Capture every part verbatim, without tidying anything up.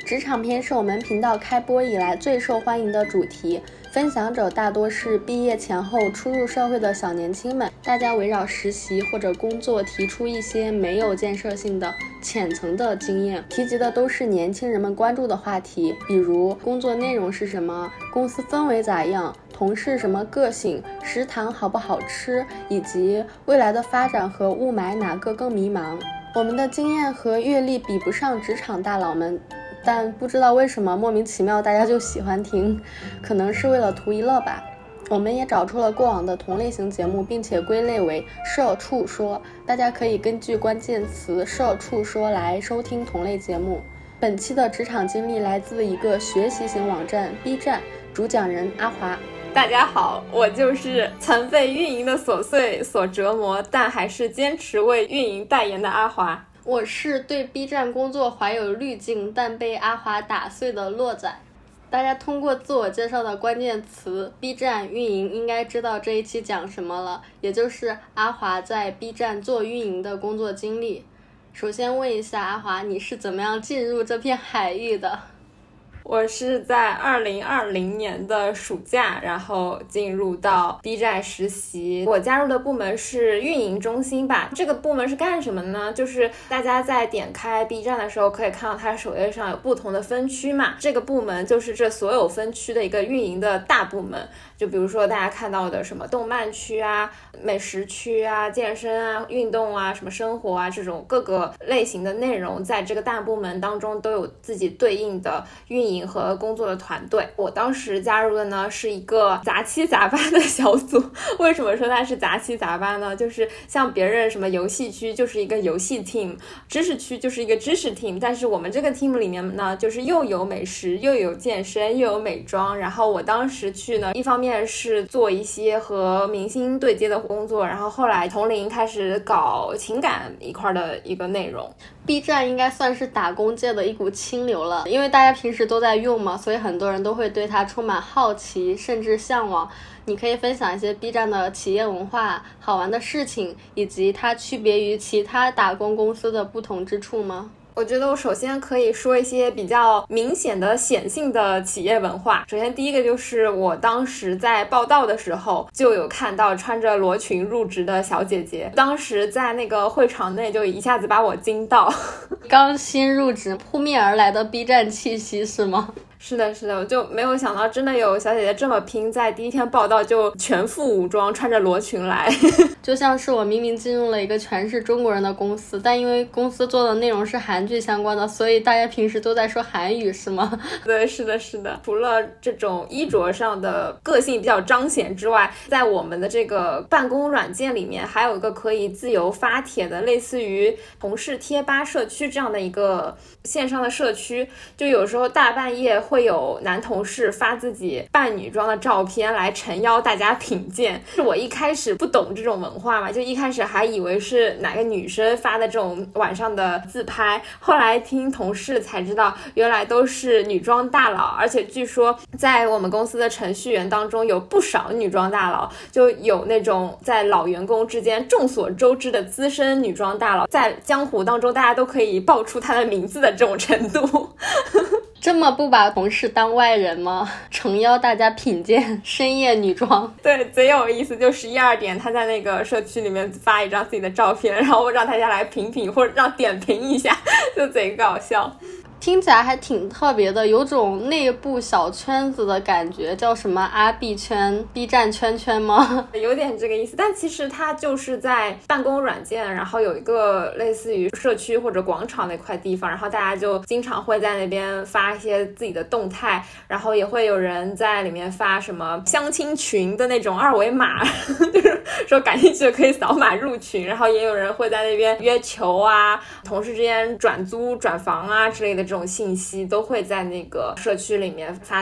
职场篇是我们频道开播以来最受欢迎的主题，分享者大多是毕业前后初入社会的小年轻们，大家围绕实习或者工作提出一些没有建设性的浅层的经验，提及的都是年轻人们关注的话题，比如工作内容是什么，公司氛围咋样，同事什么个性，食堂好不好吃，以及未来的发展和雾霾哪个更迷茫。我们的经验和阅历比不上职场大佬们，但不知道为什么莫名其妙大家就喜欢听，可能是为了图一乐吧。我们也找出了过往的同类型节目，并且归类为社畜说，大家可以根据关键词社畜说来收听同类节目。本期的职场经历来自一个学习型网站 B 站，主讲人阿华。 大家好，我就是曾被运营的琐碎所折磨，但还是坚持为运营代言的阿华。 我是对 B 站工作怀有滤镜，但被阿华打碎的洛仔。大家通过自我介绍的关键词 B 站运营应该知道这一期讲什么了，也就是阿华在 B 站做运营的工作经历。首先问一下阿华，你是怎么样进入这片海域的？ 我是在二零二零年的暑假，然后进入到 B 站实习。我加入的部门是运营中心吧。这个部门是干什么呢？就是大家在点开 B 站的时候，可以看到它首页上有不同的分区嘛。这个部门就是这所有分区的一个运营的大部门。就比如说大家看到的什么动漫区啊、美食区啊、健身啊、运动啊、什么生活啊，这种各个类型的内容，在这个大部门当中都有自己对应的运营和工作的团队。我当时加入的呢是一个杂七杂八的小组。为什么说它是杂七杂八呢？就是像别人什么游戏区就是一个游戏 team， 知识区就是一个知识 team， 但是我们这个 team 里面呢，就是又有美食又有健身又有美妆。然后我当时去呢，一方面是做一些和明星对接的工作，然后后来从零开始搞情感一块的一个内容。 B 站应该算是打工界的一股清流了，因为大家平时都在用嘛，所以很多人都会对它充满好奇甚至向往。你可以分享一些 B 站的企业文化、好玩的事情，以及它区别于其他打工公司的不同之处吗？ 我觉得我首先可以说一些比较明显的显性的企业文化。首先第一个就是我当时在报道的时候就有看到穿着罗裙入职的小姐姐，当时在那个会场内就一下子把我惊到。 刚新入职扑面而来的 B 站气息是吗？ 是的是的，我就没有想到真的有小姐姐这么拼，在第一天报道就全副武装穿着罗裙来。 就像是我明明进入了一个全是中国人的公司，但因为公司做的内容是韩剧相关的，所以大家平时都在说韩语是吗？ 对，是的是的。除了这种衣着上的个性比较彰显之外，在我们的这个办公软件里面还有一个可以自由发帖的类似于同事贴吧社区这样的一个线上的社区。就有时候大半夜会有男同事发自己扮女装的照片来诚邀大家品鉴。是我一开始不懂这种文化嘛，就一开始还以为是哪个女生发的这种晚上的自拍，后来听同事才知道原来都是女装大佬。而且据说在我们公司的程序员当中有不少女装大佬，就有那种在老员工之间众所周知的资深女装大佬，在江湖当中大家都可以报出他的名字的这种程度。 这么不把同事当外人吗？诚邀大家品鉴深夜女装。 对，贼有意思。就十一二点他在那个社区里面发一张自己的照片，然后让大家来评评或者让点评一下，就贼搞笑。 听起来还挺特别的，有种内部小圈子的感觉，叫什么阿 B 圈 B 站圈圈吗？ 有点这个意思。但其实它就是在办公软件，然后有一个类似于社区或者广场那块地方，然后大家就经常会在那边发一些自己的动态，然后也会有人在里面发什么相亲群的那种二维码，就是说感兴趣的可以扫码入群，然后也有人会在那边约球啊，同事之间转租转房啊之类的这种信息都会在那个社区里面发帖。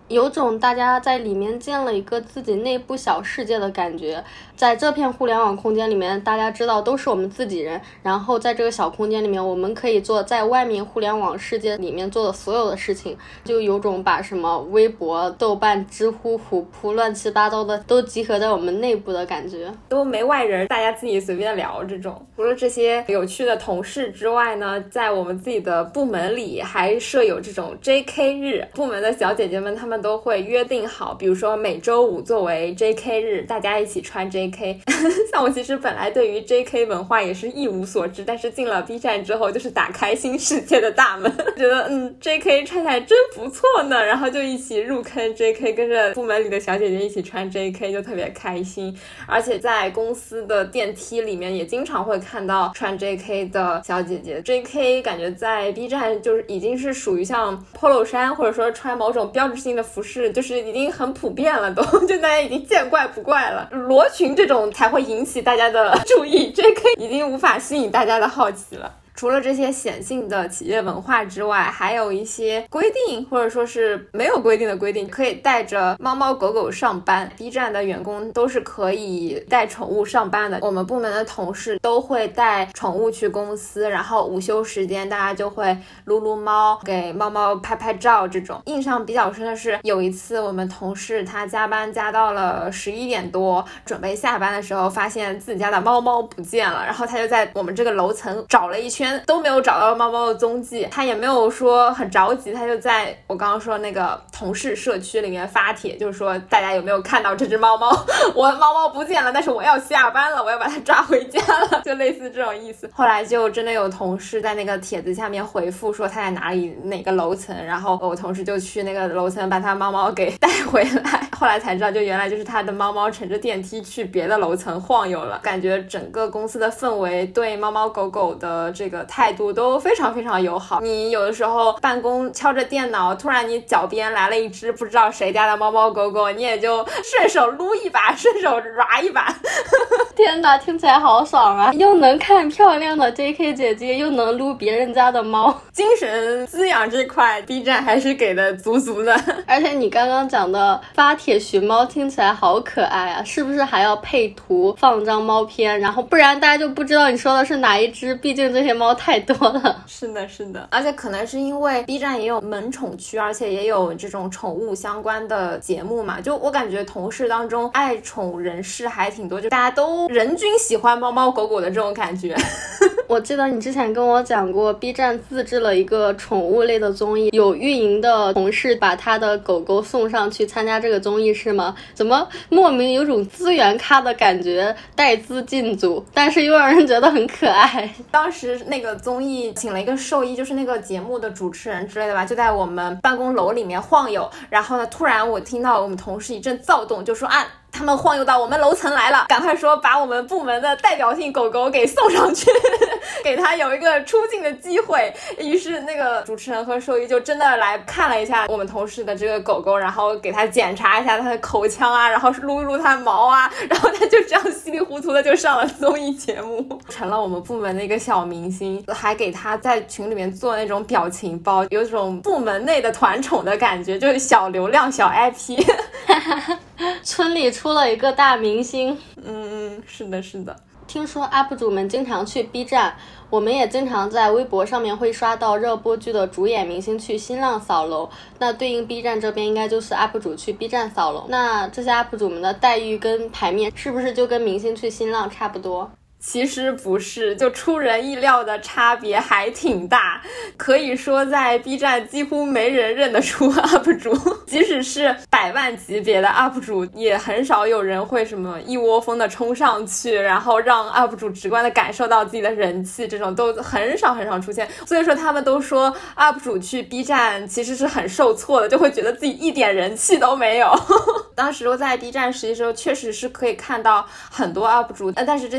有种大家在里面建了一个自己内部小世界的感觉。在这片互联网空间里面，大家知道都是我们自己人，然后在这个小空间里面，我们可以做在外面互联网世界里面做的所有的事情，就有种把什么微博、豆瓣、知乎、虎扑乱七八糟的都集合在我们内部的感觉， 都没外人，大家自己随便聊这种。除了这些有趣的同事之外呢，在我们自己的部门里还设有这种 J K 日，部门的小姐姐们她们都会约定好，比如说每周五作为 J K 日，大家一起穿 J K 像我其实本来对于 J K 文化也是一无所知，但是进了 B 站之后就是打开新世界的大门，觉得嗯 J K 穿起来真不错呢，然后就一起入坑 J K， 跟着部门里的小姐姐一起穿 J K， 就特别开心。而且在公司的电梯里面也经常会看到穿 J K 的小姐姐。 J K 感觉在 B 站就是已经是属于像 polo 衫或者说穿某种标志性的服饰，就是已经很普遍了，都就大家已经见怪不怪了。罗裙这种才会引起大家的注意， J K 已经无法吸引大家的好奇了。除了这些显性的企业文化之外，还有一些规定或者说是没有规定的规定，可以带着猫猫狗狗上班。 B 站的员工都是可以带宠物上班的，我们部门的同事都会带宠物去公司，然后午休时间大家就会撸撸猫，给猫猫拍拍照。这种印象比较深的是有一次我们同事他加班加到了十一点多，准备下班的时候发现自己家的猫猫不见了，然后他就在我们这个楼层找了一圈都没有找到猫猫的踪迹，他也没有说很着急，他就在我刚刚说那个同事社区里面发帖，就是说大家有没有看到这只猫猫，我猫猫不见了，但是我要下班了，我要把它抓回家了，就类似这种意思。后来就真的有同事在那个帖子下面回复说他在哪里哪个楼层，然后我同事就去那个楼层把他猫猫给带回来，后来才知道就原来就是他的猫猫乘着电梯去别的楼层晃悠了。感觉整个公司的氛围对猫猫狗狗的这个态度都非常非常友好。你有的时候办公敲着电脑，突然你脚边来了一只不知道谁家的猫猫狗狗，你也就顺手撸一把，顺手抓一把天哪，听起来好爽啊，又能看漂亮的 J K 姐姐，又能撸别人家的猫， 精神滋养这块 B 站还是给的足足的。 而且你刚刚讲的发帖寻猫听起来好可爱啊，是不是还要配图放张猫片，然后不然大家就不知道你说的是哪一只，毕竟这些猫太多了。 是的是的，而且可能是因为 B 站也有门宠区，而且也有这种宠物相关的节目嘛，就我感觉同事当中爱宠人士还挺多，就大家都人均喜欢猫猫狗狗的这种感觉我记得你之前跟我讲过 B 站自制了一个宠物类的综艺，有运营的同事把他的狗狗送上去参加这个综艺是吗？怎么莫名有种资源咖的感觉，带资进组，但是又让人觉得很可爱。 当时那个综艺请了一个兽医，就是那个节目的主持人之类的吧，就在我们办公楼里面晃悠，然后呢突然我听到我们同事一阵躁动，就说啊他们晃悠到我们楼层来了，赶快说把我们部门的代表性狗狗给送上去给他有一个出镜的机会。于是那个主持人和兽医就真的来看了一下我们同事的这个狗狗，然后给他检查一下他的口腔啊，然后撸一撸他毛啊，然后他就这样稀里糊涂的就上了综艺节目，成了我们部门的一个小明星，还给他在群里面做那种表情包，有种部门内的团宠的感觉，就是小流量小 I P 村里出了一个大明星。 嗯嗯，是的是的。 听说 U P 主们经常去 B 站，我们也经常在微博上面会刷到热播剧的主演明星去新浪扫楼，那对应 B 站这边应该就是 U P 主去 B 站扫楼。那这些 U P 主们的待遇跟排面是不是就跟明星去新浪差不多？ 其实不是，就出人意料的差别还挺大，可以说在 B 站几乎没人认得出 U P 主，即使是百万级别的 U P 主也很少有人会什么一窝蜂的冲上去，然后让 U P 主直观的感受到自己的人气，这种都很少很少出现。所以说他们都说 U P 主去 B 站其实是很受挫的，就会觉得自己一点人气都没有当时我在 B 站实习的时候确实是可以看到很多 U P 主，但是这些 U P 主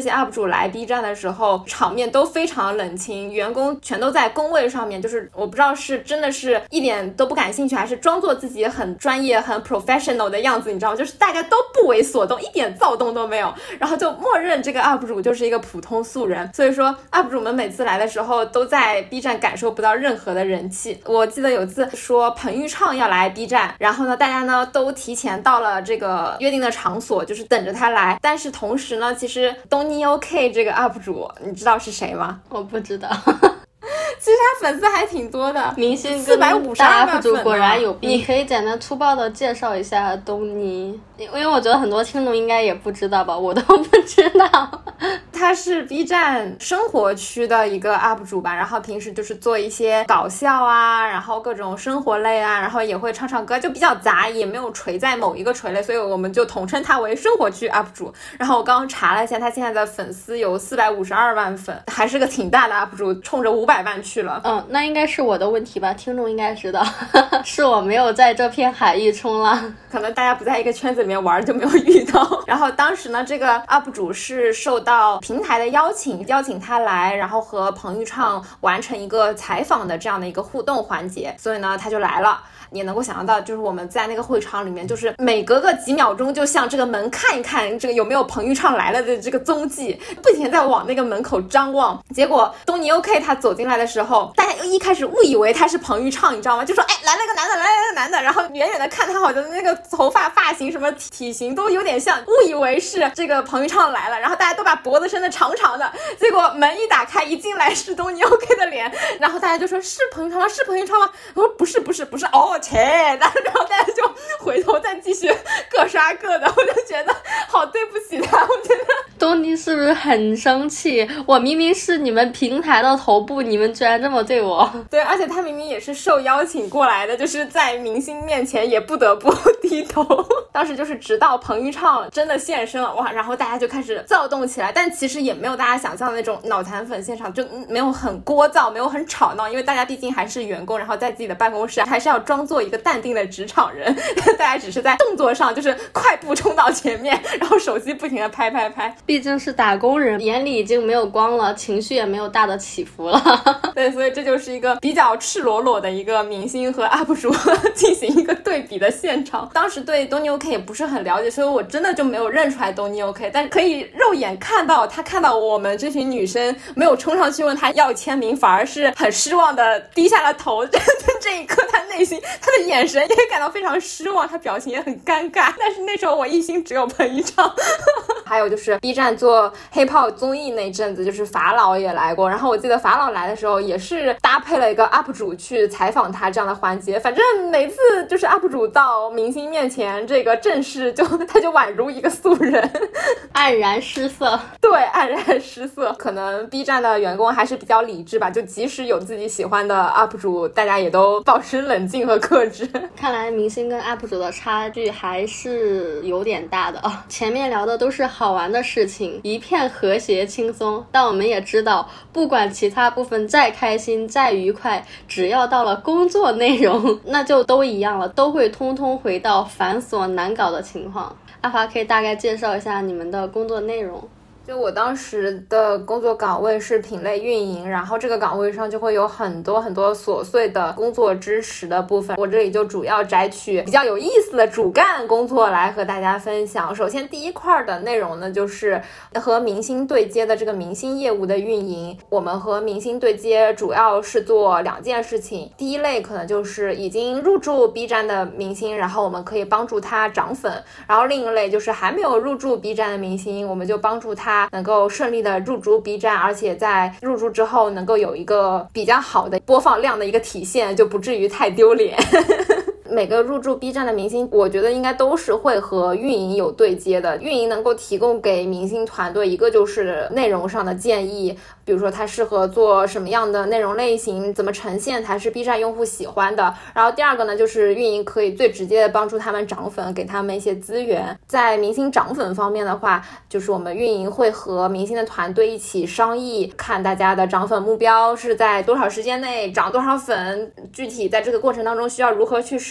主来 B 站的时候场面都非常冷清，员工全都在工位上面，就是我不知道是真的是一点都不感兴趣，还是装作自己很专业很 professional 的样子，你知道吗？就是大家都不为所动，一点躁动都没有，然后就默认这个 U P 主就是一个普通素人。所以说 U P 主们每次来的时候都在 B 站感受不到任何的人气。我记得有次说彭昱畅要来 B 站，然后呢大家呢都提前到了这个约定的场所，就是等着他来。但是同时呢，其实东尼 OK 这个 U P 主你知道是谁吗？ 我不知道。 其实他粉丝还挺多的， 明星四百五十二万 U P 主果然有病。你可以简单粗暴的介绍一下东尼，因为我觉得很多听众应该也不知道吧，我都不知道。 他是 B 站生活区的一个 U P 主吧，然后平时就是做一些搞笑啊，然后各种生活类啊，然后也会唱唱歌，就比较杂，也没有垂在某一个垂类，所以我们就统称他为生活区 U P 主。然后我刚刚查了一下，他现在的粉丝有四百五十二万粉，还是个挺大的 U P 主，冲着五百万去了。 嗯，那应该是我的问题吧，听众应该知道。是我没有在这片海域冲浪， 可能大家不在一个圈子里面玩就没有遇到。然后当时呢，这个 U P 主是受到平台的邀请，邀请他来，然后和彭昱畅完成一个采访的这样的一个互动环节，所以呢他就来了。也能够想象到，就是我们在那个会场里面，就是每隔个几秒钟就向这个门看一看，这个有没有彭昱畅来了的这个踪迹，不停在往那个门口张望。结果东尼 OK 他走进来的时候，大家又一开始误以为他是彭昱畅，你知道吗？就说哎，来了个男的，来了个男的，然后远远的看他好像那个头发发型什么体型都有点像，误以为是这个彭昱畅来了，然后大家都把脖子伸得长长的，结果门一打开，一进来是东尼 OK 的脸，然后大家就说是彭昱畅吗？是彭昱畅吗？我说不是不是不是，哦切，然后大家就回头再继续各刷各的，我就觉得好对不起他。我觉得东尼是不是很生气？我明明是你们平台的头部，你们居然这么对我。 对，而且他明明也是受邀请过来的，就是在明星面前也不得不低头。当时就是直到彭昱畅真的现身了，哇，然后大家就开始躁动起来，但其实也没有大家想象的那种脑残粉现场，就没有很聒噪，没有很吵闹，因为大家毕竟还是员工，然后在自己的办公室还是要装作一个淡定的职场人，大家只是在动作上就是快步冲到前面，然后手机不停的拍拍拍， 毕竟是打工人，眼里已经没有光了，情绪也没有大的起伏了。 对，所以这就是一个比较赤裸裸的一个明星和 U P 主进行一个对比的现场。当时对东尼 OK 也不是很了解，所以我真的就没有认出来东尼 OK， 但是可以肉眼看到他看到我们这群女生没有冲上去问他要签名，反而是很失望的低下了头。这一刻他内心他的眼神也感到非常失望，他表情也很尴尬，但是那时候我一心只有彭昱畅。还有就是 B 站做黑炮综艺那阵子，就是法老也来过，然后我记得法老来的时候也是搭配了一个 U P 主去采访他这样的环节，反正每次就是 U P 主到明星面前这个阵势就他就宛如一个素人， 黯然失色。 对，黯然失色。可能 B 站的员工还是比较理智吧，就即使有自己喜欢的 U P 主，大家也都保持冷静和克制。 看来明星跟 U P 主的差距还是有点大的啊。前面聊的都是好玩的事情，一片和谐轻松，但我们也知道，不管其他部分再开心再愉快，只要到了工作内容，那就都一样了，都会通通回到繁琐难搞的情况。阿华可以大概介绍一下你们的工作内容。 就我当时的工作岗位是品类运营，然后这个岗位上就会有很多很多琐碎的工作支持的部分，我这里就主要摘取比较有意思的主干工作来和大家分享。首先第一块的内容呢，就是和明星对接的这个明星业务的运营。我们和明星对接主要是做两件事情，第一类可能就是已经入驻 B 站的明星，然后我们可以帮助他涨粉，然后另一类就是还没有入驻 B 站的明星，我们就帮助他能够顺利的入驻 B 站，而且在入驻之后能够有一个比较好的播放量的一个体现，就不至于太丢脸。每个入驻 B 站的明星，我觉得应该都是会和运营有对接的。运营能够提供给明星团队，一个就是内容上的建议，比如说它适合做什么样的内容类型，怎么呈现才是 B 站用户喜欢的。然后第二个呢，就是运营可以最直接的帮助他们涨粉，给他们一些资源。在明星涨粉方面的话，就是我们运营会和明星的团队一起商议，看大家的涨粉目标是在多少时间内涨多少粉，具体在这个过程当中需要如何去实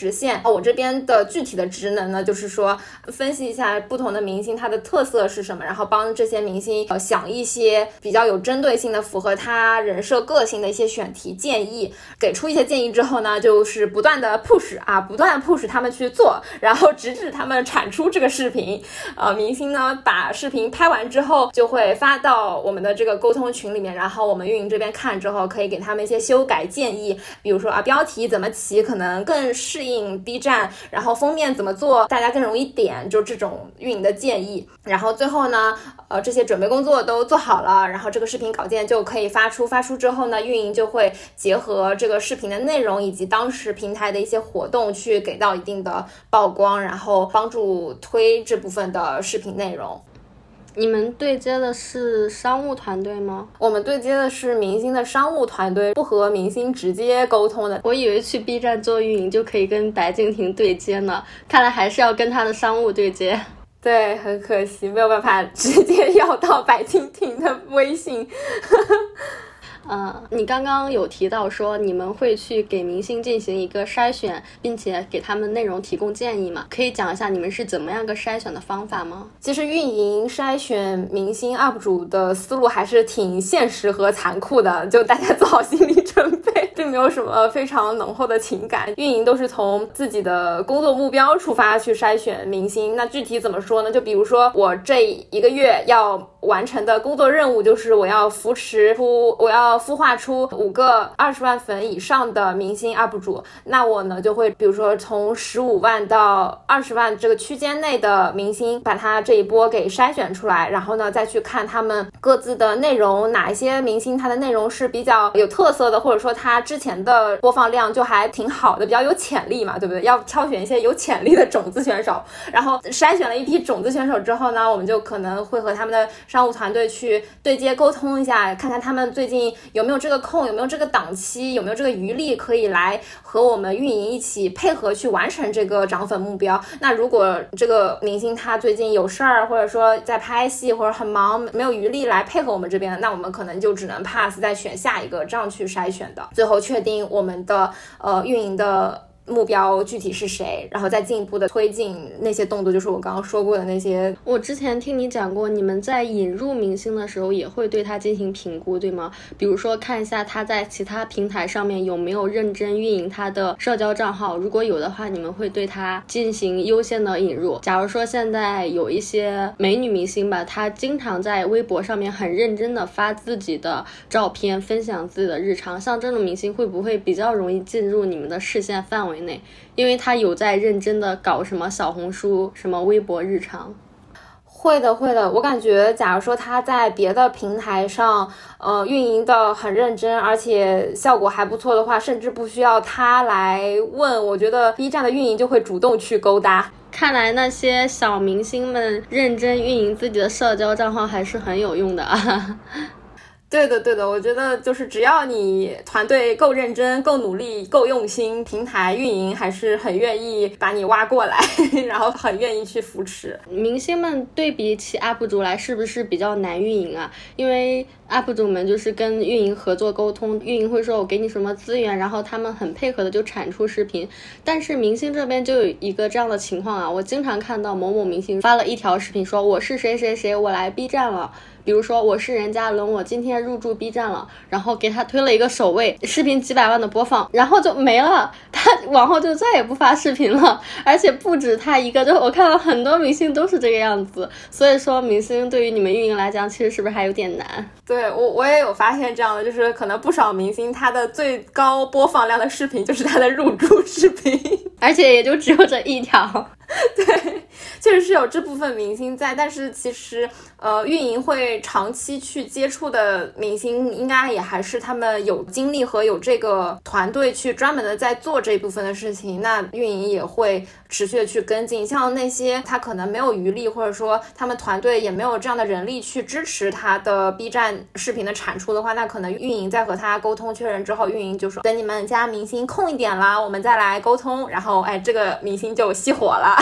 实现。我这边的具体的职能呢，就是说分析一下不同的明星它的特色是什么，然后帮这些明星呃想一些比较有针对性的符合他人设个性的一些选题建议，给出一些建议之后呢，就是不断的 push 啊，不断 push 他们去做，然后直至他们产出这个视频。呃，明星呢把视频拍完之后，就会发到我们的这个沟通群里面，然后我们运营这边看之后，可以给他们一些修改建议，比如说啊，标题怎么起可能更适应 B 站，然后封面怎么做大家更容易点，就这种运营的建议。然后最后呢，呃，这些准备工作都做好了，然后这个视频稿件就可以发出。发出之后呢，运营就会结合这个视频的内容以及当时平台的一些活动，去给到一定的曝光，然后帮助推这部分的视频内容。 你们对接的是商务团队吗？ 我们对接的是明星的商务团队，不和明星直接沟通的。 我以为去 B 站做运营就可以跟白敬亭对接呢，看来还是要跟他的商务对接。 对，很可惜没有办法直接要到白敬亭的微信。 嗯，你刚刚有提到说你们会去给明星进行一个筛选，并且给他们内容提供建议吗？可以讲一下你们是怎么样个筛选的方法吗？ 其实运营筛选明星 U P 主的思路还是挺现实和残酷的，就大家做好心理准备，并没有什么非常浓厚的情感。运营都是从自己的工作目标出发去筛选明星。那具体怎么说呢？就比如说我这一个月要完成的工作任务就是我要扶持出我要孵化出五个二十万粉以上的明星 U P 主，那我呢就会比如说从十五万到二十万这个区间内的明星，把它这一波给筛选出来，然后呢再去看他们各自的内容，哪一些明星他的内容是比较有特色的，或者说他之前的播放量就还挺好的，比较有潜力嘛，对不对？要挑选一些有潜力的种子选手，然后筛选了一批种子选手之后呢，我们就可能会和他们的商务团队去对接沟通一下，看看他们最近有没有这个空，有没有这个档期，有没有这个余力可以来和我们运营一起配合去完成这个涨粉目标。那如果这个明星他最近有事儿，或者说在拍戏或者很忙，没有余力来配合我们这边，那我们可能就只能 pass 再选下一个，这样去筛选的，最后确定我们的呃运营的目标具体是谁，然后再进一步的推进那些动作，就是我刚刚说过的那些。 我之前听你讲过，你们在引入明星的时候也会对他进行评估，对吗？比如说看一下他在其他平台上面有没有认真运营他的社交账号，如果有的话，你们会对他进行优先的引入。假如说现在有一些美女明星吧，她经常在微博上面很认真的发自己的照片，分享自己的日常，像这种明星会不会比较容易进入你们的视线范围内，因为他有在认真的搞什么小红书、什么微博日常？ 会的会的，我感觉假如说他在别的平台上呃运营的很认真，而且效果还不错的话，甚至不需要他来问，我觉得 B 站的运营就会主动去勾搭。 看来那些小明星们认真运营自己的社交账号还是很有用的啊。 对的对的，我觉得就是只要你团队够认真、够努力、够用心，平台运营还是很愿意把你挖过来，然后很愿意去扶持。 明星们对比起 U P 主来是不是比较难运营啊？因为 U P 主们就是跟运营合作沟通，运营会说我给你什么资源，然后他们很配合的就产出视频。但是明星这边就有一个这样的情况啊，我经常看到某某明星发了一条视频说我是谁谁谁，我来 B 站了，比如说我是任嘉伦，我今天入驻 B 站了，然后给他推了一个首位，视频几百万的播放，然后就没了，他往后就再也不发视频了。而且不止他一个，就我看到很多明星都是这个样子。所以说明星对于你们运营来讲，其实是不是还有点难？ 对，我我也有发现这样的，就是可能不少明星他的最高播放量的视频就是他的入驻视频， 而且也就只有这一条。 对，确实是有这部分明星在，但是其实呃，运营会长期去接触的明星，应该也还是他们有精力和有这个团队去专门的在做这一部分的事情，那运营也会持续的去跟进。像那些他可能没有余力，或者说他们团队也没有这样的人力去支持他的 B 站视频的产出的话，那可能运营在和他沟通确认之后，运营就说等你们家明星空一点啦，我们再来沟通，然后哎，这个明星就熄火了。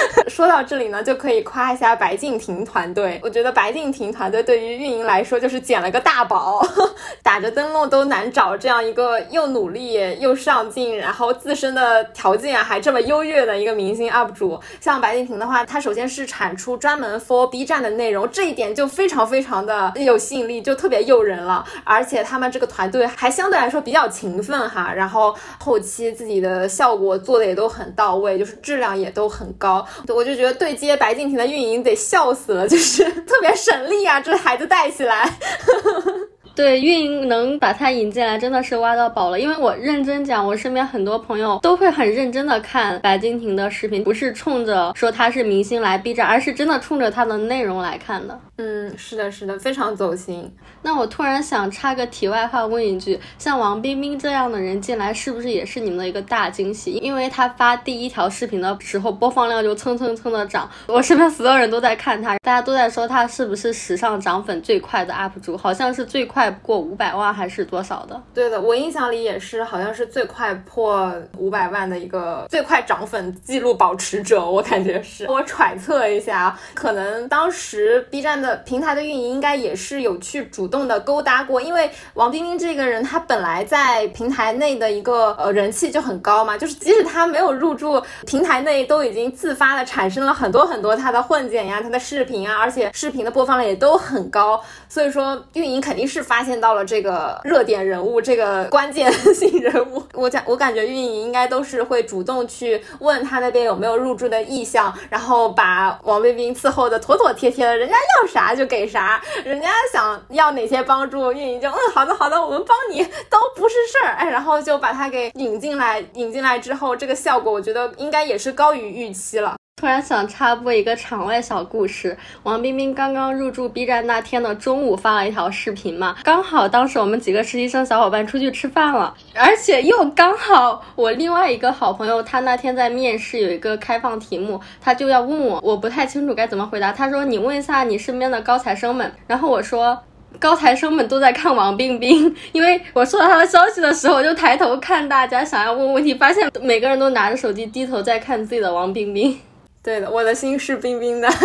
说到这里呢，就可以夸一下白敬亭团队。我觉得白敬亭团队对于运营来说就是捡了个大宝，打着灯笼都难找这样一个又努力又上进，然后自身的条件还这么优越的一个明星 U P 主。像白敬亭的话，他首先是产出专门 for B 站的内容，这一点就非常非常的有吸引力，就特别诱人了。而且他们这个团队还相对来说比较勤奋哈，然后后期自己的效果做的也都很到位，就是质量也都很高。我就觉得对接白敬亭的运营得笑死了，就是特别省力啊，这孩子带起来。 对，运营能把他引进来真的是挖到宝了。因为我认真讲，我身边很多朋友都会很认真的看白敬亭的视频，不是冲着说他是明星来 B 站，而是真的冲着他的内容来看的。 嗯，是的是的，非常走心。 那我突然想插个题外话问一句，像王冰冰这样的人进来是不是也是你们的一个大惊喜？因为他发第一条视频的时候播放量就蹭蹭蹭的涨，我身边所有人都在看他，大家都在说他是不是史上涨粉最快的 U P 主，好像是最快过五百万还是多少的。 对的，我印象里也是好像是最快破五百万的一个最快涨粉记录保持者，我感觉是。我揣测一下，可能当时 B 站的平台的运营应该也是有去主动的勾搭过，因为王冰冰这个人他本来在平台内的一个呃人气就很高嘛，就是即使他没有入驻平台内，都已经自发的产生了很多很多他的混剪呀，他的视频啊，而且视频的播放量也都很高，所以说运营肯定是发现到了这个热点人物，这个关键性人物。我讲我感觉运营应该都是会主动去问他那边有没有入驻的意向，然后把王冰冰伺候的妥妥帖帖的，人家要啥就给啥，人家想要哪些帮助，运营就嗯好的好的，我们帮你，都不是事儿，哎，然后就把他给引进来，引进来之后，这个效果我觉得应该也是高于预期了。 突然想插播一个场外小故事，王冰冰刚刚入驻 B 站那天的中午发了一条视频嘛，刚好当时我们几个实习生小伙伴出去吃饭了，而且又刚好我另外一个好朋友他那天在面试有一个开放题目，他就要问我，我不太清楚该怎么回答，他说你问一下你身边的高材生们，然后我说高材生们都在看王冰冰，因为我收到他的消息的时候，我就抬头看大家想要问问题，发现每个人都拿着手机低头在看自己的王冰冰。 对的，我的心是冰冰的。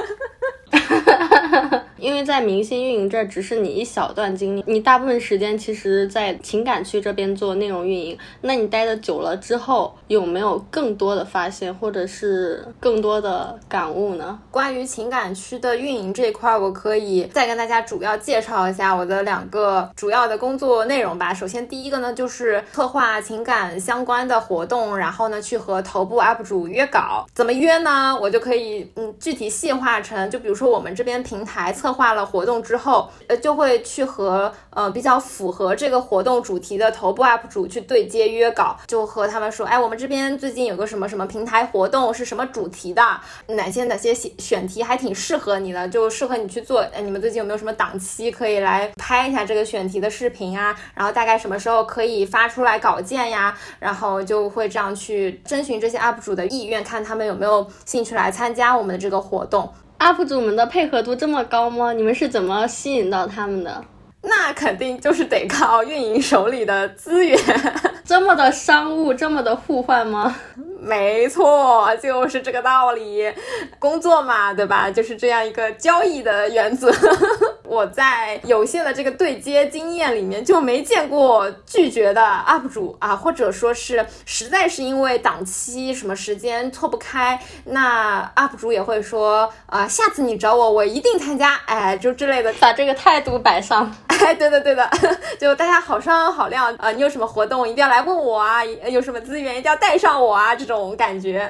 因为在明星运营这只是你一小段经历，你大部分时间其实在情感区这边做内容运营，那你待的久了之后有没有更多的发现或者是更多的感悟呢？ 关于情感区的运营这一块，我可以再跟大家主要介绍一下我的两个主要的工作内容吧。首先第一个呢，就是策划情感相关的活动，然后呢去和头部 U P 主约稿。怎么约呢？我就可以嗯具体细化成，就比如说我们这边平台策划了活动之后，呃就会去和呃比较符合这个活动主题的头部 U P 主去对接约稿，就和他们说，哎，我们这边最近有个什么什么平台活动，是什么主题的，哪些哪些选题还挺适合你的，就适合你去做。哎，你们最近有没有什么档期可以来拍一下这个选题的视频啊？然后大概什么时候可以发出来稿件呀？然后就会这样去征询这些 U P 主的意愿，看他们有没有兴趣来参加我们的这个活动。 U P 主们的配合度这么高吗？你们是怎么吸引到他们的？ 那肯定就是得靠运营手里的资源。 这么的商务，这么的互换吗？ 没错，就是这个道理。工作嘛，对吧？就是这样一个交易的原则。我在有限的这个对接经验里面就没见过拒绝的 U P 主啊，或者说是实在是因为档期什么时间错不开，那 U P 主也会说啊，下次你找我，我一定参加，哎，就之类的， 把这个态度摆上。 哎，对的对的，就大家好商好量啊、呃，你有什么活动一定要来问我啊，有什么资源一定要带上我啊，这种感觉。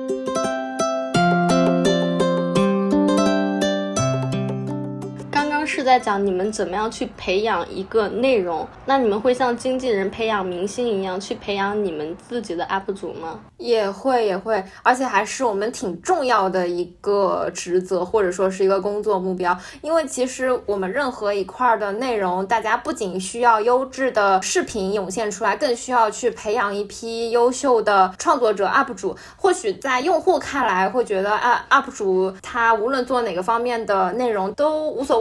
是在讲你们怎么样去培养一个内容，那你们会像经纪人培养明星一样去培养你们自己的 U P 主吗？ 也会也会，而且还是我们挺重要的一个职责，或者说是一个工作目标。因为其实我们任何一块的内容，大家不仅需要优质的视频涌现出来，更需要去培养一批优秀的创作者 U P 主。或许在用户看来会觉得啊 U P 主他无论做哪个方面的内容都无所谓啊，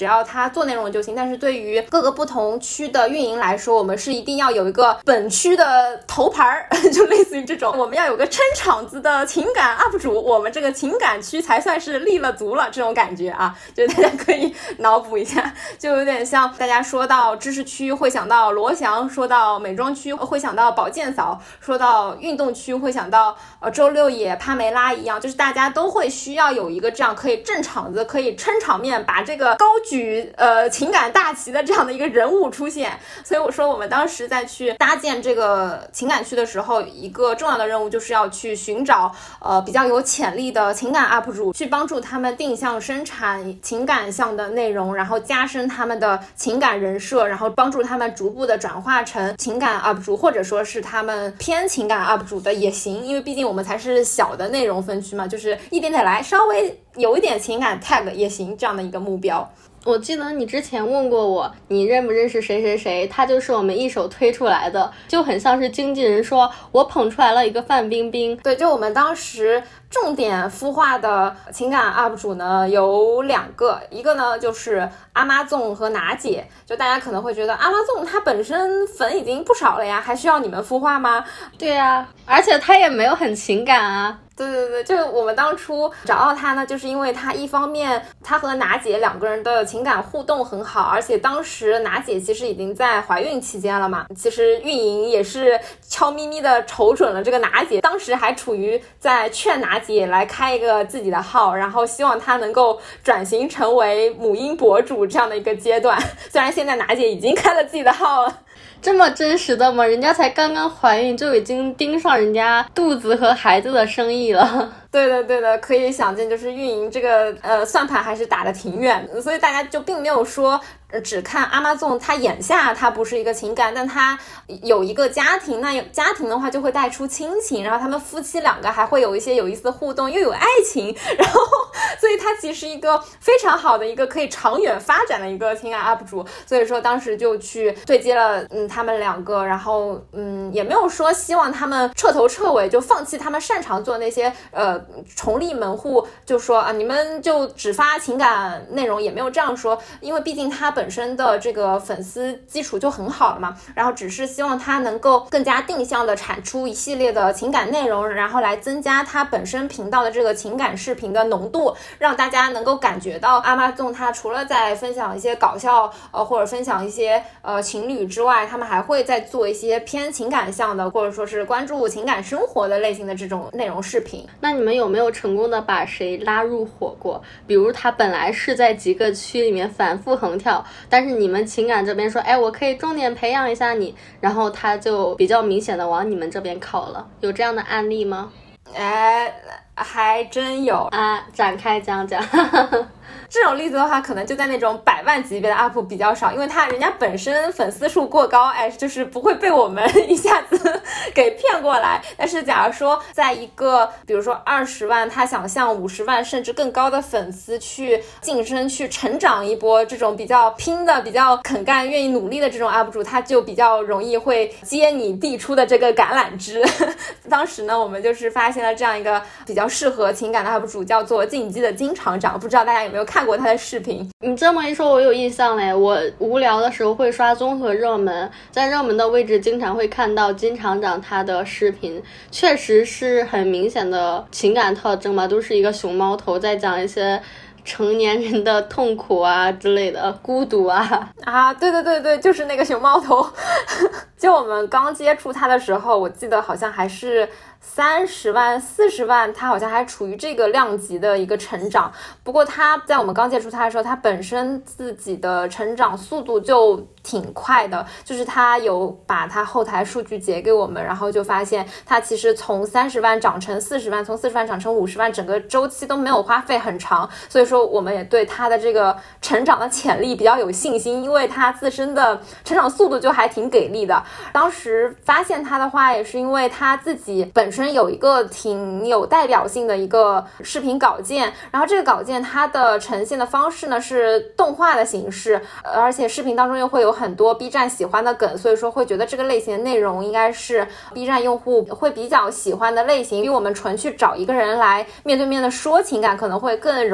只要他做内容就行，但是对于各个不同区的运营来说，我们是一定要有一个本区的头牌就类似于这种，我们要有个撑场子的情感 U P 主，我们这个情感区才算是立了足了，这种感觉啊，就大家可以脑补一下，就有点像大家说到知识区会想到罗翔，说到美妆区会想到保健嫂，说到运动区会想到呃周六野帕梅拉一样，就是大家都会需要有一个这样可以镇场子可以撑场面把这个高举呃情感大旗的这样的一个人物出现。所以我说我们当时在去搭建这个情感区的时候，一个重要的任务就是要去寻找呃比较有潜力的情感 U P 主，去帮助他们定向生产情感向的内容，然后加深他们的情感人设，然后帮助他们逐步的转化成情感 U P 主，或者说是他们偏情感 U P 主的也行，因为毕竟我们才是小的内容分区嘛，就是一点点来，稍微有一点情感 tag 也行，这样的一个目标。 我记得你之前问过我，你认不认识谁谁谁，他就是我们一手推出来的，就很像是经纪人说我捧出来了一个范冰冰。 对，就我们当时重点孵化的情感 U P 主呢有两个，一个呢就是阿妈粽和娜姐，就大家可能会觉得阿妈粽她本身粉已经不少了呀，还需要你们孵化吗？ 对啊，而且她也没有很情感啊。 对对对，就我们当初找到他呢，就是因为他一方面他和娜姐两个人的情感互动很好，而且当时娜姐其实已经在怀孕期间了嘛，其实运营也是悄咪咪的瞅准了这个娜姐，当时还处于在劝娜姐来开一个自己的号，然后希望她能够转型成为母婴博主这样的一个阶段，虽然现在娜姐已经开了自己的号了。 这么真实的吗？人家才刚刚怀孕就已经盯上人家肚子和孩子的生意了。 对的对的，可以想见就是运营这个呃算盘还是打得挺远的，所以大家就并没有说只看阿妈粽她眼下她不是一个情感，但她有一个家庭，那有家庭的话就会带出亲情，然后他们夫妻两个还会有一些有意思的互动，又有爱情，然后所以它其实一个非常好的一个可以长远发展的一个情感 U P 主，所以说当时就去对接了嗯他们两个，然后嗯也没有说希望他们彻头彻尾就放弃他们擅长做那些呃重立门户，就说啊你们就只发情感内容，也没有这样说，因为毕竟他本身的这个粉丝基础就很好了嘛，然后只是希望他能够更加定向的产出一系列的情感内容，然后来增加他本身频道的这个情感视频的浓度，让大家能够感觉到阿妈粽他除了在分享一些搞笑呃或者分享一些呃情侣之外，他们还会在做一些偏情感向的，或者说是关注情感生活的类型的这种内容视频。 那你们有没有成功的把谁拉入伙过？比如他本来是在几个区里面反复横跳，但是你们情感这边说哎我可以重点培养一下你，然后他就比较明显的往你们这边靠了，有这样的案例吗？ 哎，还真有啊，展开讲讲。 这种例子的话，可能就在那种百万级别的 U P 比较少，因为他人家本身粉丝数过高，哎，就是不会被我们一下子给骗过来。但是假如说在一个比如说二十万，他想向五十万甚至更高的粉丝去晋升、去成长一波，这种比较拼的、比较肯干、愿意努力的这种 U P 主，他就比较容易会接你递出的这个橄榄枝。当时呢，我们就是发现了这样一个比较适合情感的 U P 主，叫做进击的金厂长，不知道大家有没有看过他的视频。 你这么一说我有印象嘞，我无聊的时候会刷综合热门，在热门的位置经常会看到金厂长他的视频，确实是很明显的情感特征嘛，都是一个熊猫头在讲一些成年人的痛苦啊之类的，孤独啊啊，对对对对，就是那个熊猫头。就我们刚接触他的时候，我记得好像还是三十万、四十万，他好像还处于这个量级的一个成长。不过他在我们刚接触他的时候，他本身自己的成长速度就挺快的，就是他有把他后台数据截给我们，然后就发现他其实从三十万涨成四十万，从四十万涨成五十万，整个周期都没有花费很长，所以说我们也对他的这个成长的潜力比较有信心，因为他自身的成长速度就还挺给力的。当时发现他的话，也是因为他自己本身有一个挺有代表性的一个视频稿件，然后这个稿件它的呈现的方式呢是动画的形式，而且视频当中又会有很多 B 站喜欢的梗，所以说会觉得这个类型的内容应该是 B 站用户会比较喜欢的类型，比我们纯去找一个人来面对面的说情感可能会更容易一些。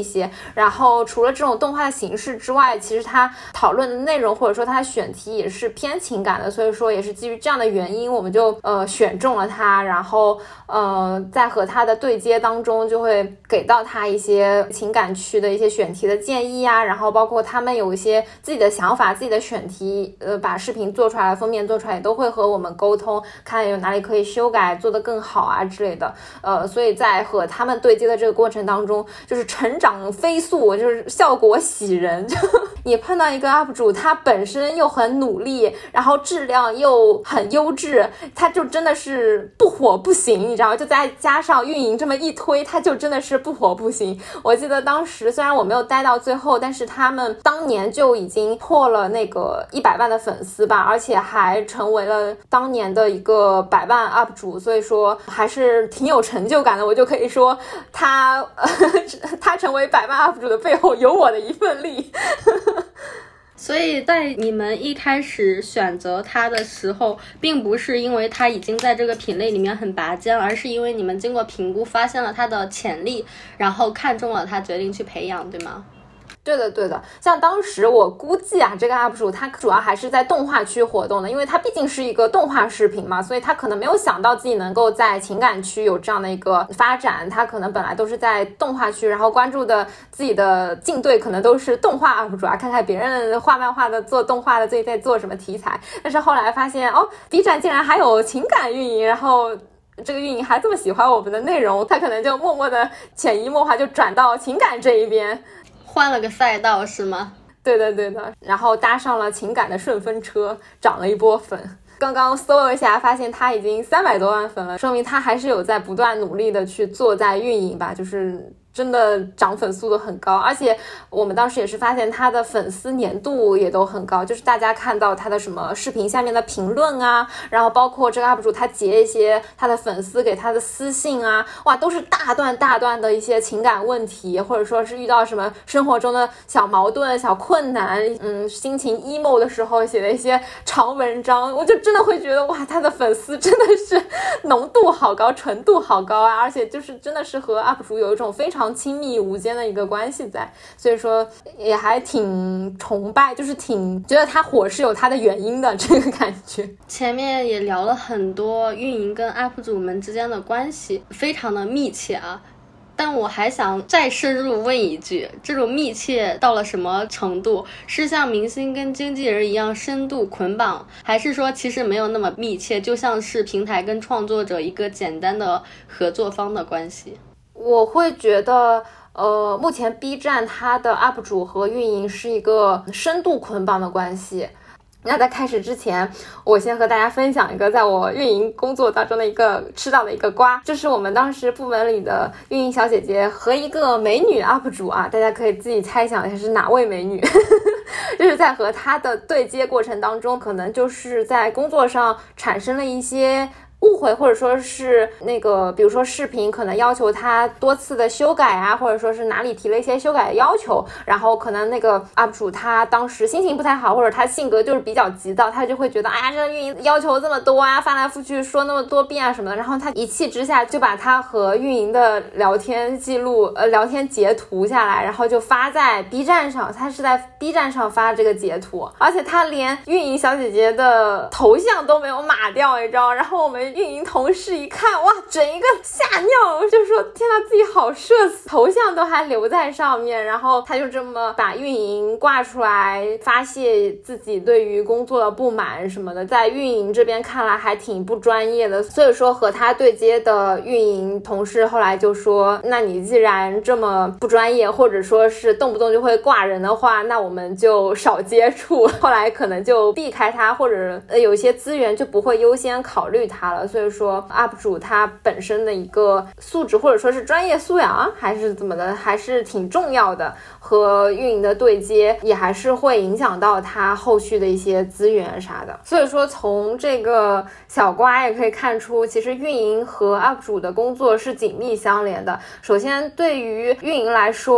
些。然后除了这种动画的形式之外，其实它讨论的内容或者说它的选题也是偏情感的，所以说也是基于这样的原因，我们就呃选中了它，然后呃在和它的对接当中就会给到它一些情感区的一些选题的建议啊，然后包括他们有一些自己的想法、自己的选题，呃把视频做出来、封面做出来，也都会和我们沟通，看有哪里可以修改，做得更好啊之类的。呃，所以在和他们对接的这个过程当中，就是成长飞速，就是效果喜人。你碰到一个 U P 主，他本身又很努力，然后质量又很优质，他就真的是不火不行，你知道吗？就再加上运营这么一推，他就真的是不火不行。我记得当时虽然我没有待到最后，但是他们当年就已经破了那个一百万的粉丝吧，而且还成为了当年的一个百万 U P 主，所以说还是挺有成就感的。我就可以说他、呃、他成为百万 U P 主的背后有我的一份力。 所以在你们一开始选择他的时候，并不是因为他已经在这个品类里面很拔尖，而是因为你们经过评估发现了他的潜力，然后看中了他，决定去培养，对吗？ 对的对的，像当时我估计啊，这个 U P 主他主要还是在动画区活动的，因为他毕竟是一个动画视频嘛，所以他可能没有想到自己能够在情感区有这样的一个发展，他可能本来都是在动画区，然后关注的自己的竞对可能都是动画 U P 主啊，看看别人画漫画的、做动画的自己在做什么题材，但是后来发现哦 B 站竟然还有情感运营，然后这个运营还这么喜欢我们的内容，他可能就默默的潜移默化就转到情感这一边， 换了个赛道是吗？ 对的对的，然后搭上了情感的顺风车，涨了一波粉。刚刚搜了一下，发现他已经三百多万粉了，说明他还是有在不断努力的去做在运营吧，就是真的涨粉速度很高，而且我们当时也是发现他的粉丝粘度也都很高，就是大家看到他的什么视频下面的评论啊，然后包括这个 U P 主他截一些他的粉丝给他的私信啊，哇，都是大段大段的一些情感问题，或者说是遇到什么生活中的小矛盾、小困难，嗯，心情 emo 的时候写的一些长文章，我就真的会觉得哇，他的粉丝真的是浓度好高、纯度好高啊，而且就是真的是和 U P 主有一种非常亲密无间的一个关系在，所以说也还挺崇拜，就是挺觉得他火是有他的原因的这个感觉。 前面也聊了很多运营跟 U P 主们之间的关系，非常的密切啊。但我还想再深入问一句，这种密切到了什么程度？是像明星跟经纪人一样深度捆绑，还是说其实没有那么密切，就像是平台跟创作者一个简单的合作方的关系？ 我会觉得呃，目前 B 站它的 U P 主和运营是一个深度捆绑的关系。那在开始之前，我先和大家分享一个在我运营工作当中的一个吃到的一个瓜，就是我们当时部门里的运营小姐姐和一个美女 U P 主啊，大家可以自己猜想一下是哪位美女。就是在和她的对接过程当中，可能就是在工作上产生了一些误会，或者说是那个比如说视频可能要求他多次的修改啊，或者说是哪里提了一些修改的要求，然后可能那个 U P 主他当时心情不太好，或者他性格就是比较急躁，他就会觉得哎呀，这个运营要求这么多啊，翻来覆去说那么多遍啊什么的，然后他一气之下就把他和运营的聊天记录呃聊天截图下来，然后就发在 B 站上，他是在 B 站上发这个截图，而且他连运营小姐姐的头像都没有码掉，你知道，然后我们运营同事一看，哇，整一个吓尿，就说天哪，自己好社死，头像都还留在上面，然后他就这么把运营挂出来发泄自己对于工作的不满什么的，在运营这边看来还挺不专业的，所以说和他对接的运营同事后来就说，那你既然这么不专业，或者说是动不动就会挂人的话，那我们就少接触，后来可能就避开他，或者呃有些资源就不会优先考虑他了，所以说 U P 主他本身的一个素质或者说是专业素养还是怎么的，还是挺重要的，和运营的对接也还是会影响到他后续的一些资源啥的。所以说从这个小瓜也可以看出，其实运营和 U P 主的工作是紧密相连的。首先对于运营来说，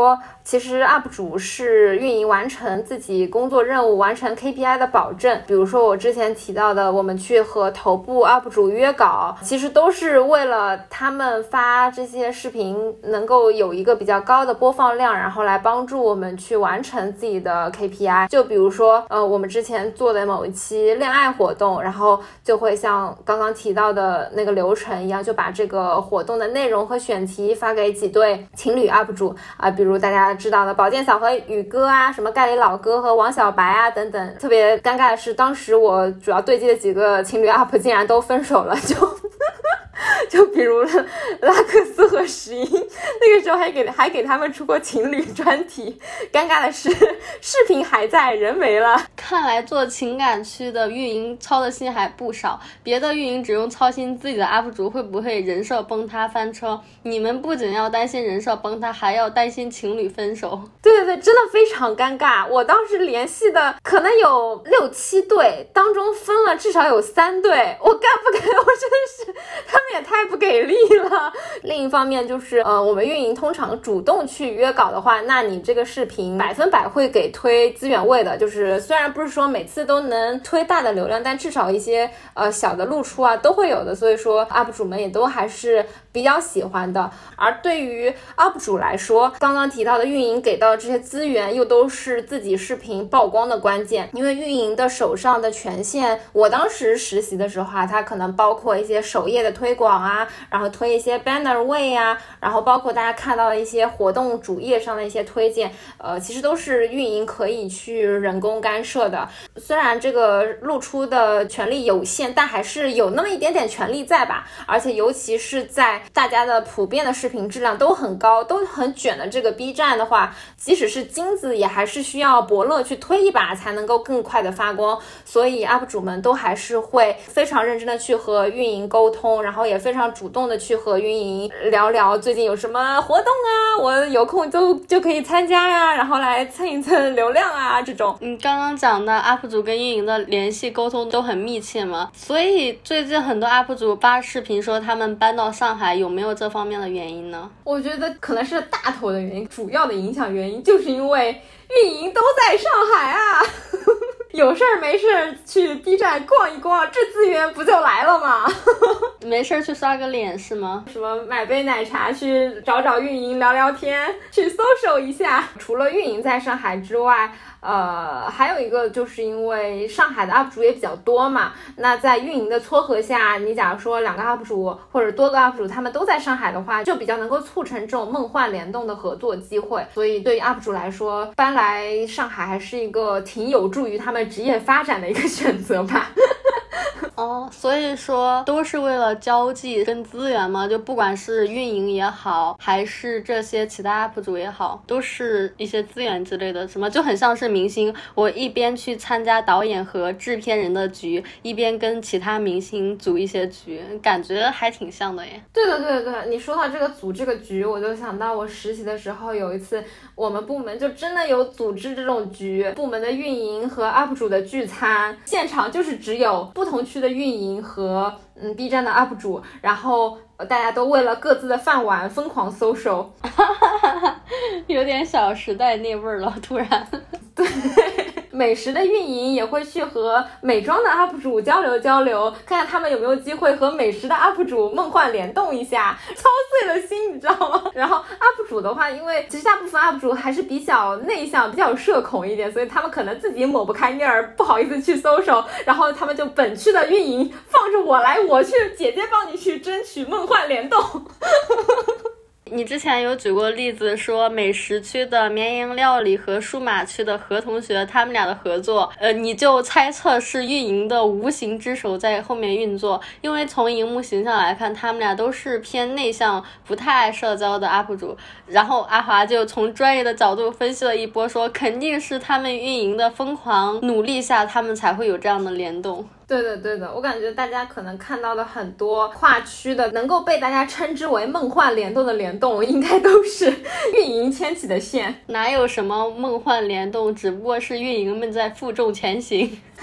其实 U P 主是运营完成自己工作任务、完成 K P I 的保证。比如说我之前提到的，我们去和头部 U P 主约稿，其实都是为了他们发这些视频能够有一个比较高的播放量，然后来帮助我们去完成自己的 K P I。 就比如说呃，我们之前做的某一期恋爱活动，然后就会像刚刚提到的那个流程一样，就把这个活动的内容和选题发给几对情侣 U P 主啊、呃，比如大家知道的宝剑嫂和宇哥啊，什么盖里老哥和王小白啊等等。特别尴尬的是，当时我主要对接的几个情侣 U P 竟然都分手了，就就比如拉克斯和石英，那个时候还给还给他们出过情侣专题。尴尬的是，视频还在，人没了。 看来做情感区的运营操的心还不少，别的运营只用操心自己的 U P 主会不会人设崩塌翻车，你们不仅要担心人设崩塌，还要担心情侣分手。 对对对，真的非常尴尬。我当时联系的可能有六七对，当中分了至少有三对，我干不给，我真的是他们也太不给力了。另一方面就是呃，我们运营通常主动去约稿的话，那你这个视频百分百会给推资源位的，就是虽然不是说每次都能推大的流量，但至少一些呃小的露出啊都会有的，所以说 U P 主们也都还是比较喜欢的。而对于 U P 主来说，刚刚提到的运营给到这些资源又都是自己视频曝光的关键，因为运营的手上的权限，我当时实习的时候啊，它可能包括一些首页的推广啊，然后推一些 banner 位啊，然后包括大家看到的一些活动主页上的一些推荐，呃，其实都是运营可以去人工干涉的。虽然这个露出的权利有限，但还是有那么一点点权利在吧。而且尤其是在大家的普遍的视频质量都很高、都很卷的这个 B 站的话，即使是金子也还是需要伯乐去推一把才能够更快的发光。所以 U P 主们都还是会非常认真的去和运营沟通，然后也非常主动的去和运营聊聊最近有什么活动啊，我有空就就可以参加呀，然后来蹭一蹭流量啊这种。 你刚刚讲的 U P 主跟运营的联系沟通都很密切嘛，所以最近很多 U P 主发视频说他们搬到上海，有没有这方面的原因呢？ 我觉得可能是大头的原因，主要的影响原因就是因为运营都在上海啊有事儿没事儿去 B 站逛一逛，这资源不就来了吗没事儿去刷个脸是吗？ 什么买杯奶茶去找找运营聊聊天，去搜索一下。除了运营在上海之外，呃，还有一个就是因为上海的 U P 主也比较多嘛，那在运营的撮合下，你假如说两个 U P 主或者多个 U P 主他们都在上海的话，就比较能够促成这种梦幻联动的合作机会。所以对于 U P 主来说，搬来上海还是一个挺有助于他们职业发展的一个选择吧哦，所以说都是为了交际跟资源嘛，就不管是运营也好，还是这些其他 U P 主也好，都是一些资源之类的，什么就很像是明星，我一边去参加导演和制片人的局，一边跟其他明星组一些局，感觉还挺像的耶。 对的对的对的，你说到这个组这个局，我就想到我实习的时候有一次，我们部门就真的有组织这种局，部门的运营和 U P 主的聚餐，现场就是只有不同区的运营和嗯 B 站的 U P 主，然后大家都为了各自的饭碗疯狂social 有点小时代那味儿了突然对，美食的运营也会去和美妆的 U P 主交流交流，看看他们有没有机会和美食的 U P 主梦幻联动一下，操碎了心你知道吗？然后 U P 主的话，因为其实大部分 U P 主还是比较内向比较社恐一点，所以他们可能自己抹不开面儿，不好意思去搜手，然后他们就本区的运营放着我来，我去姐姐帮你去争取梦幻联动你之前有举过例子说美食区的绵营料理和数码区的何同学他们俩的合作，呃，你就猜测是运营的无形之手在后面运作，因为从荧幕形象来看，他们俩都是偏内向不太爱社交的 U P 主，然后阿华就从专业的角度分析了一波，说肯定是他们运营的疯狂努力下，他们才会有这样的联动。 对的对的，我感觉大家可能看到的很多跨区的能够被大家称之为梦幻联动的联动，应该都是运营牵起的线。 哪有什么梦幻联动，只不过是运营们在负重前行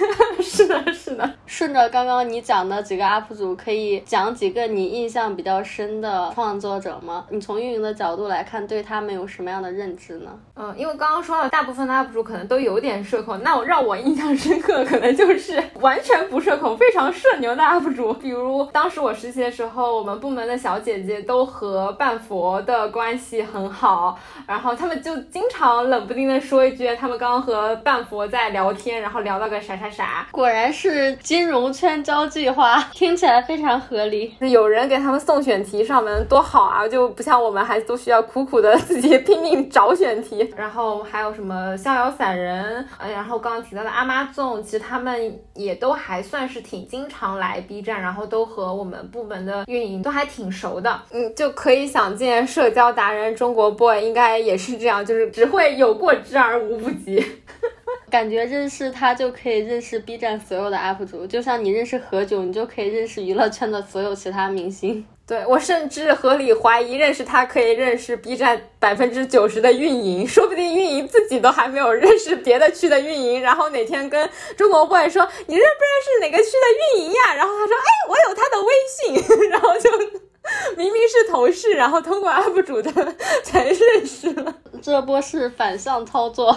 是的是的。 顺着刚刚你讲的几个 U P 主，可以讲几个你印象比较深的创作者吗？你从运营的角度来看，对他们有什么样的认知呢？ 嗯，因为刚刚说到大部分的 U P 主可能都有点社恐，那我让我印象深刻可能就是完全不社恐非常社牛的 U P 主。比如当时我实习的时候，我们部门的小姐姐都和半佛的关系很好，然后他们就经常冷不丁的说一句他们刚刚和半佛在聊天，然后聊到个啥啥啥。 果然是金融圈交际花，听起来非常合理。 有人给他们送选题上门多好啊，就不像我们还都需要苦苦的自己拼命找选题。然后还有什么逍遥散人，呃，然后刚刚提到的阿妈纵，其实他们也都还算是挺经常来 B 站，然后都和我们部门的运营都还挺熟的。嗯，就可以想见社交达人中国 boy 应该也是这样，就是只会有过之而无不及。 感觉认识他就可以认识 B 站所有的 U P 主，就像你认识何炅，你就可以认识娱乐圈的所有其他明星。 对，我甚至合理怀疑认识他可以认识 B 站百分之九十的运营，说不定运营自己都还没有认识别的区的运营，然后哪天跟中国 boy 说你认不认识哪个区的运营呀，然后他说哎我有他的微信，然后就明明是同事，然后通过 U P 主的才认识了。 这波是反向操作。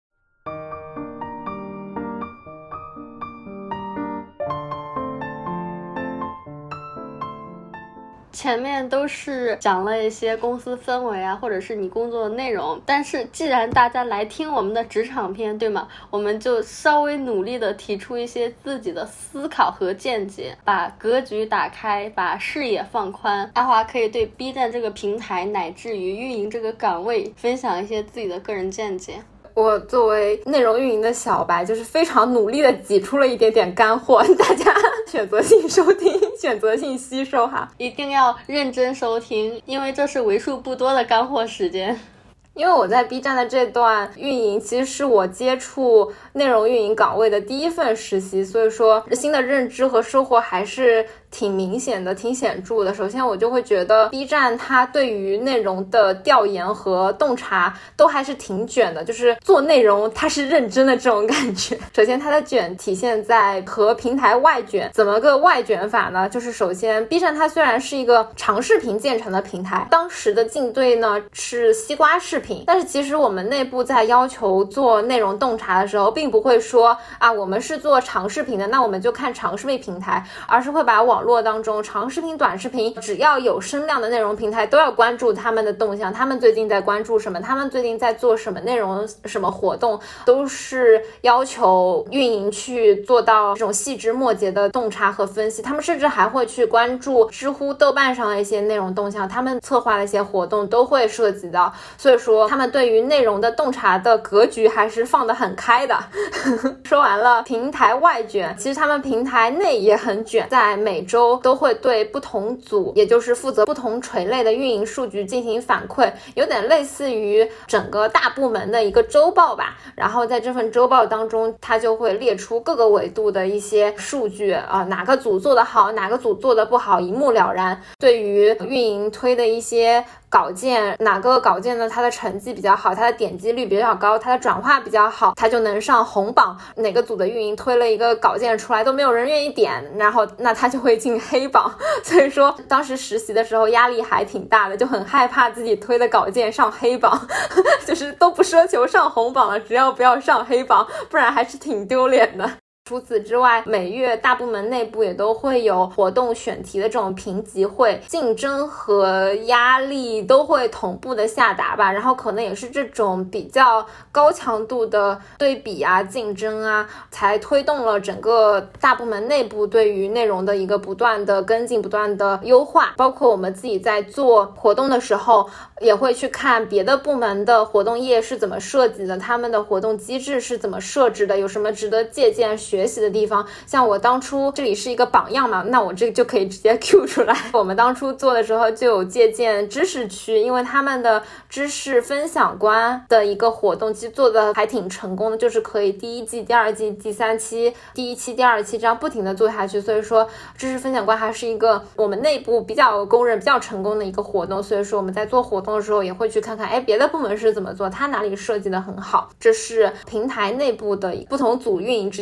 前面都是讲了一些公司氛围啊，或者是你工作的内容，但是既然大家来听我们的职场篇，对吗？我们就稍微努力的提出一些自己的思考和见解，把格局打开，把视野放宽。阿华可以对 B 站这个平台乃至于运营这个岗位分享一些自己的个人见解。 我作为内容运营的小白，就是非常努力的挤出了一点点干货，大家选择性收听，选择性吸收哈， 一定要认真收听，因为这是为数不多的干货时间。 因为我在 B 站的这段运营其实是我接触内容运营岗位的第一份实习，所以说新的认知和收获还是挺明显的，挺显著的。首先我就会觉得 B 站它对于内容的调研和洞察都还是挺卷的，就是做内容它是认真的这种感觉。首先它的卷体现在和平台外卷。怎么个外卷法呢？就是首先 B 站它虽然是一个长视频建成的平台，当时的竞对呢是西瓜视频，但是其实我们内部在要求做内容洞察的时候，并不会说啊我们是做长视频的，那我们就看长视频平台，而是会把网络当中长视频、短视频只要有声量的内容平台都要关注他们的动向，他们最近在关注什么，他们最近在做什么内容、什么活动，都是要求运营去做到这种细枝末节的洞察和分析。他们甚至还会去关注知乎、豆瓣上的一些内容动向，他们策划的一些活动都会涉及到，所以说他们对于内容的洞察的格局还是放得很开的。说完了平台外卷，其实他们平台内也很卷，在每周都会对不同组，也就是负责不同垂类的运营数据进行反馈，有点类似于整个大部门的一个周报吧。然后在这份周报当中，它就会列出各个维度的一些数据啊、呃，哪个组做得好，哪个组做得不好，一目了然。对于运营推的一些稿件，哪个稿件呢它的成绩比较好，它的点击率比较高，它的转化比较好，它就能上红榜。哪个组的运营推了一个稿件出来都没有人愿意点，然后那它就会进黑榜。所以说当时实习的时候压力还挺大的，就很害怕自己推的稿件上黑榜，就是都不奢求上红榜了，只要不要上黑榜，不然还是挺丢脸的。除此之外，每月大部门内部也都会有活动选题的这种评级会，竞争和压力都会同步的下达吧。然后可能也是这种比较高强度的对比啊、竞争啊，才推动了整个大部门内部对于内容的一个不断的跟进、不断的优化。包括我们自己在做活动的时候，也会去看别的部门的活动页是怎么设计的，他们的活动机制是怎么设置的，有什么值得借鉴学学习的地方。像我当初这里是一个榜样嘛，那我这个就可以直接 Q 出来。我们当初做的时候就有借鉴知识区，因为他们的知识分享官的一个活动其实做的还挺成功的，就是可以第一季、第二季、第三期、第一期、第二期这样不停的做下去。所以说知识分享官还是一个我们内部比较公认、比较成功的一个活动。所以说我们在做活动的时候也会去看看，哎，别的部门是怎么做，他哪里设计的很好。这是平台内部的不同组运营之间的那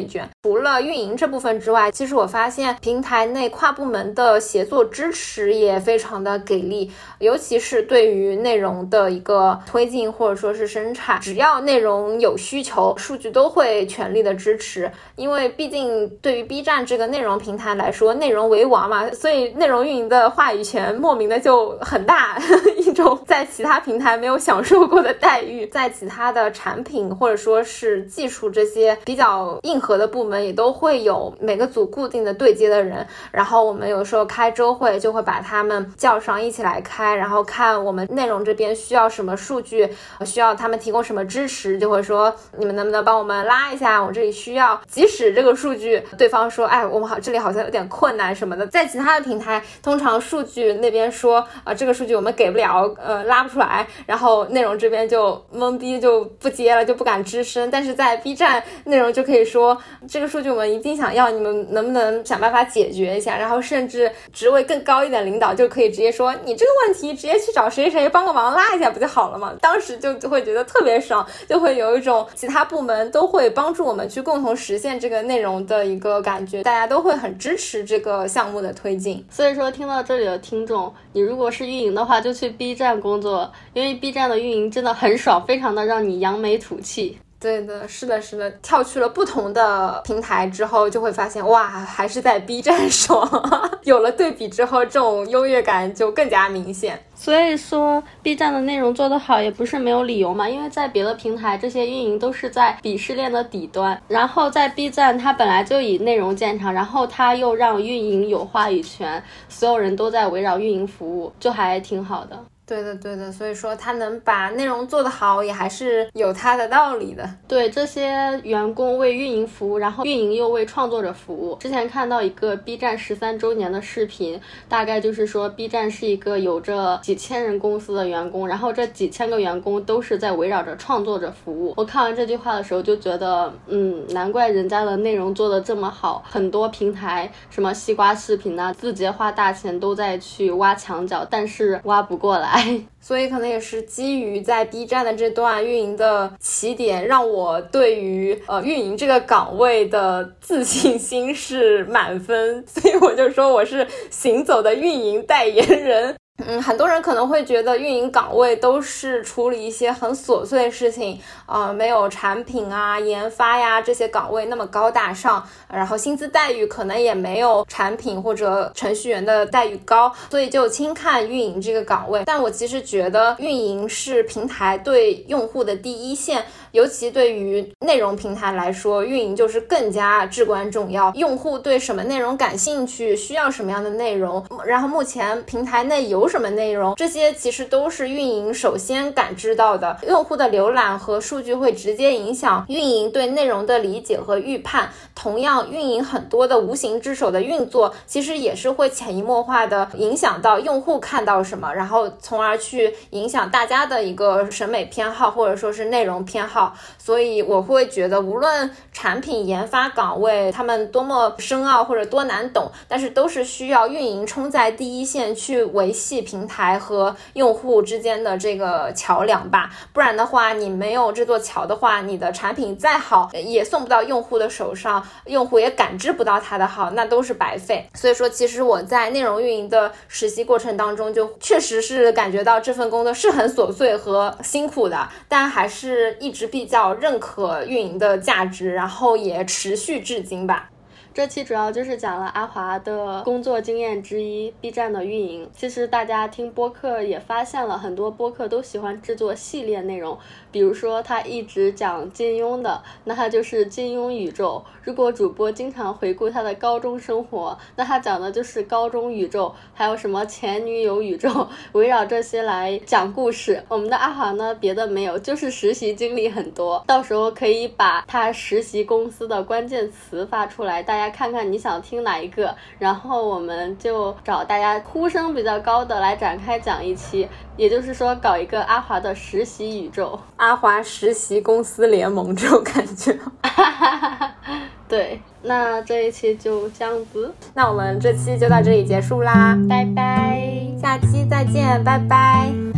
内卷。除了运营这部分之外，其实我发现平台内跨部门的协作支持也非常的给力，尤其是对于内容的一个推进或者说是生产，只要内容有需求，数据都会全力的支持。因为毕竟对于 B 站这个内容平台来说，内容为王嘛，所以内容运营的话语权莫名的就很大，一种在其他平台没有享受过的待遇。在其他的产品或者说是技术这些比较硬核的部门，也都会有每个组固定的对接的人，然后我们有时候开周会就会把他们叫上一起来开，然后看我们内容这边需要什么数据，需要他们提供什么支持，就会说你们能不能帮我们拉一下，我这里需要。即使这个数据对方说哎我们好这里好像有点困难什么的，在其他的平台通常数据那边说啊、呃、这个数据我们给不了，呃拉不出来，然后内容这边就懵逼就不接了，就不敢吱声。但是在 B 站内容就可以说这个数据我们一定想要，你们能不能想办法解决一下，然后甚至职位更高一点领导就可以直接说你这个问题直接去找谁谁帮个忙拉一下不就好了吗？当时就就会觉得特别爽，就会有一种其他部门都会帮助我们去共同实现这个内容的一个感觉，大家都会很支持这个项目的推进。 所以说听到这里的听众，你如果是运营的话就去 B 站工作，因为 B 站的运营真的很爽，非常的让你扬眉吐气。 对的，是的是的，跳去了不同的平台之后就会发现哇还是在 B 站爽有了对比之后这种优越感就更加明显。 所以说 B 站的内容做得好也不是没有理由嘛，因为在别的平台这些运营都是在鄙视链的底端，然后在 B 站它本来就以内容见长，然后它又让运营有话语权，所有人都在围绕运营服务，就还挺好的。 对的对的，所以说他能把内容做得好也还是有他的道理的。 对，这些员工为运营服务，然后运营又为创作者服务。之前看到一个 B 站十三周年的视频，大概就是说 B 站是一个有着几千人公司的员工，然后这几千个员工都是在围绕着创作者服务。我看完这句话的时候就觉得嗯，难怪人家的内容做得这么好，很多平台什么西瓜视频啊，字节花大钱都在去挖墙角，但是挖不过来。 所以可能也是基于在 B 站的这段运营的起点，让我对于呃运营这个岗位的自信心是满分，所以我就说我是行走的运营代言人。嗯，很多人可能会觉得运营岗位都是处理一些很琐碎的事情，呃，没有产品啊、研发呀这些岗位那么高大上，然后薪资待遇可能也没有产品或者程序员的待遇高，所以就轻看运营这个岗位。但我其实觉得运营是平台对用户的第一线，尤其对于内容平台来说，运营就是更加至关重要。用户对什么内容感兴趣，需要什么样的内容，然后目前平台内有什么内容，这些其实都是运营首先感知到的。用户的浏览和数据会直接影响运营对内容的理解和预判，同样运营很多的无形之手的运作其实也是会潜移默化的影响到用户看到什么，然后从而去影响大家的一个审美偏好或者说是内容偏好。所以我会觉得无论产品研发岗位他们多么深奥或者多难懂，但是都是需要运营冲在第一线去维系平台和用户之间的这个桥梁吧。不然的话，你没有这座桥的话，你的产品再好也送不到用户的手上，用户也感知不到它的好，那都是白费。所以说其实我在内容运营的实习过程当中就确实是感觉到这份工作是很琐碎和辛苦的，但还是一直比较认可运营的价值，然后也持续至今吧。 这期主要就是讲了阿华的工作经验之一 B 站的运营。其实大家听播客也发现了，很多播客都喜欢制作系列内容，比如说他一直讲金庸的，那他就是金庸宇宙。如果主播经常回顾他的高中生活，那他讲的就是高中宇宙，还有什么前女友宇宙，围绕这些来讲故事。我们的阿华呢，别的没有，就是实习经历很多，到时候可以把他实习公司的关键词发出来，大家看看你想听哪一个，然后我们就找大家呼声比较高的来展开讲一期，也就是说搞一个阿华的实习宇宙， 阿华实习公司联盟这种感觉。 对，那这一期就这样子， 那我们这期就到这里结束啦， 拜拜， 下期再见，拜拜。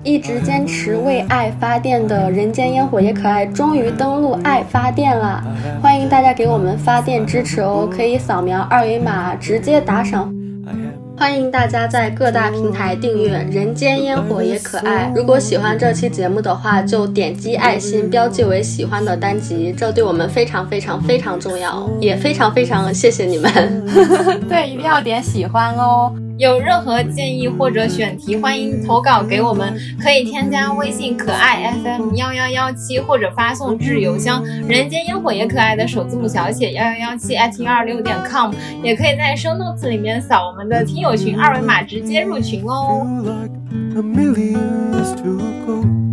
一直坚持为爱发电的人间烟火也可爱终于登陆爱发电啦，欢迎大家给我们发电支持哦，可以扫描二维码直接打赏。欢迎大家在各大平台订阅人间烟火也可爱，如果喜欢这期节目的话就点击爱心标记为喜欢的单集，这对我们非常非常非常重要，也非常非常谢谢你们对，一定要点喜欢哦。 有任何建议或者选题欢迎投稿给我们，可以添加微信可爱 F M 一一一七或者发送至邮箱人间烟火也可爱的首字母小写一一一七 at 一二六点 com， 也可以在 show notes 里面扫我们的听友群二维码直接入群哦。